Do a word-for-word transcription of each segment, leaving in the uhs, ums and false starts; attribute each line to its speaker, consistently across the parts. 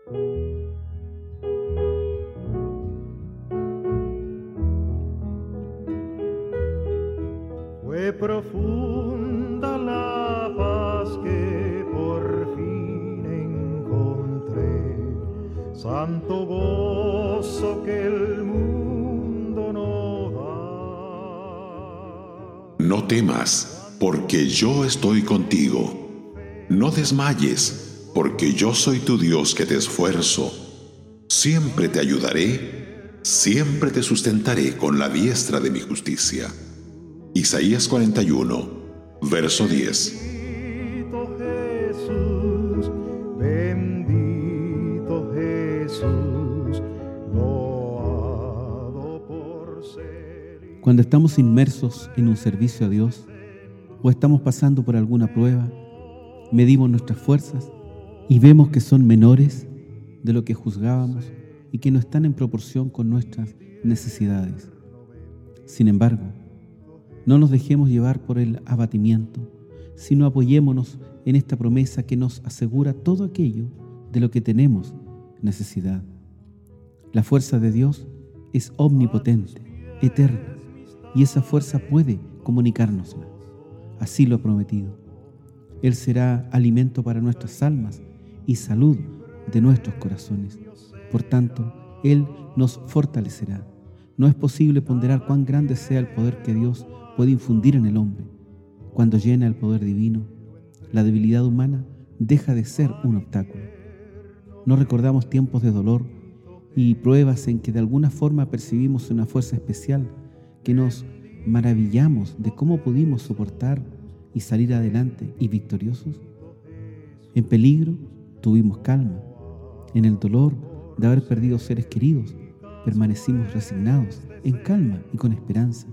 Speaker 1: Fue profunda la paz que por fin encontré, santo gozo que el mundo no da.
Speaker 2: No temas, porque yo estoy contigo. No desmayes, porque yo soy tu Dios que te esfuerzo. Siempre te ayudaré, siempre te sustentaré con la diestra de mi justicia. Isaías cuarenta y uno, verso diez.
Speaker 1: Bendito Jesús, bendito Jesús, loado por ser.
Speaker 3: Cuando estamos inmersos en un servicio a Dios o estamos pasando por alguna prueba, medimos nuestras fuerzas y vemos que son menores de lo que juzgábamos y que no están en proporción con nuestras necesidades. Sin embargo, no nos dejemos llevar por el abatimiento, sino apoyémonos en esta promesa que nos asegura todo aquello de lo que tenemos necesidad. La fuerza de Dios es omnipotente, eterna, y esa fuerza puede comunicárnosla. Así lo ha prometido. Él será alimento para nuestras almas y salud de nuestros corazones. Por tanto, Él nos fortalecerá. No es posible ponderar cuán grande sea el poder que Dios puede infundir en el hombre. Cuando llena el poder divino, la debilidad humana deja de ser un obstáculo. No recordamos tiempos de dolor y pruebas en que de alguna forma percibimos una fuerza especial que nos maravillamos de cómo pudimos soportar y salir adelante y victoriosos. En peligro tuvimos calma. En el dolor de haber perdido seres queridos, permanecimos resignados, en calma y con esperanza.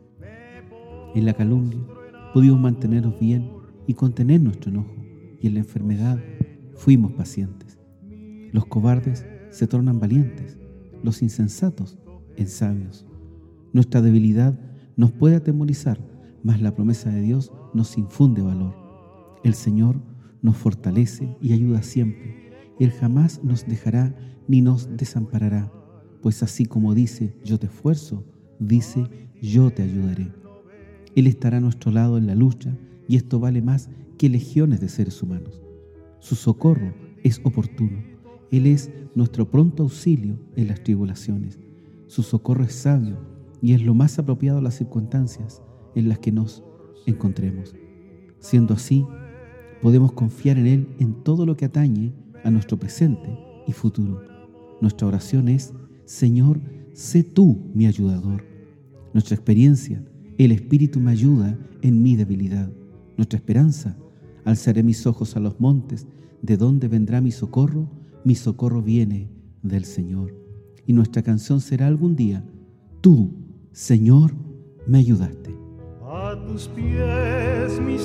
Speaker 3: En la calumnia pudimos mantenernos bien y contener nuestro enojo, y en la enfermedad fuimos pacientes. Los cobardes se tornan valientes, los insensatos en sabios. Nuestra debilidad nos puede atemorizar, mas la promesa de Dios nos infunde valor. El Señor nos fortalece y ayuda siempre. Él jamás nos dejará ni nos desamparará, pues así como dice, yo te esfuerzo, dice, yo te ayudaré. Él estará a nuestro lado en la lucha, y esto vale más que legiones de seres humanos. Su socorro es oportuno. Él es nuestro pronto auxilio en las tribulaciones. Su socorro es sabio y es lo más apropiado a las circunstancias en las que nos encontremos. Siendo así, podemos confiar en Él en todo lo que atañe a nuestro presente y futuro. Nuestra oración es, Señor, sé tú mi ayudador. Nuestra experiencia, el Espíritu me ayuda en mi debilidad. Nuestra esperanza, alzaré mis ojos a los montes, ¿de dónde vendrá mi socorro? Mi socorro viene del Señor. Y nuestra canción será algún día, tú, Señor, me ayudaste.
Speaker 1: A tus pies mis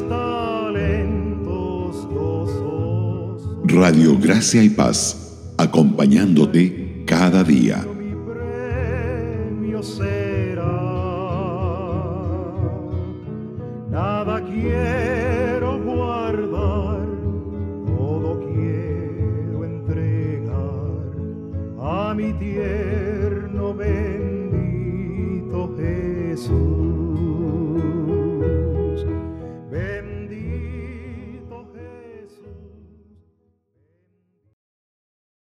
Speaker 1: talentos gozosos.
Speaker 2: Radio Gracia y Paz, acompañándote cada día.
Speaker 1: Mi premio será. Nada quiero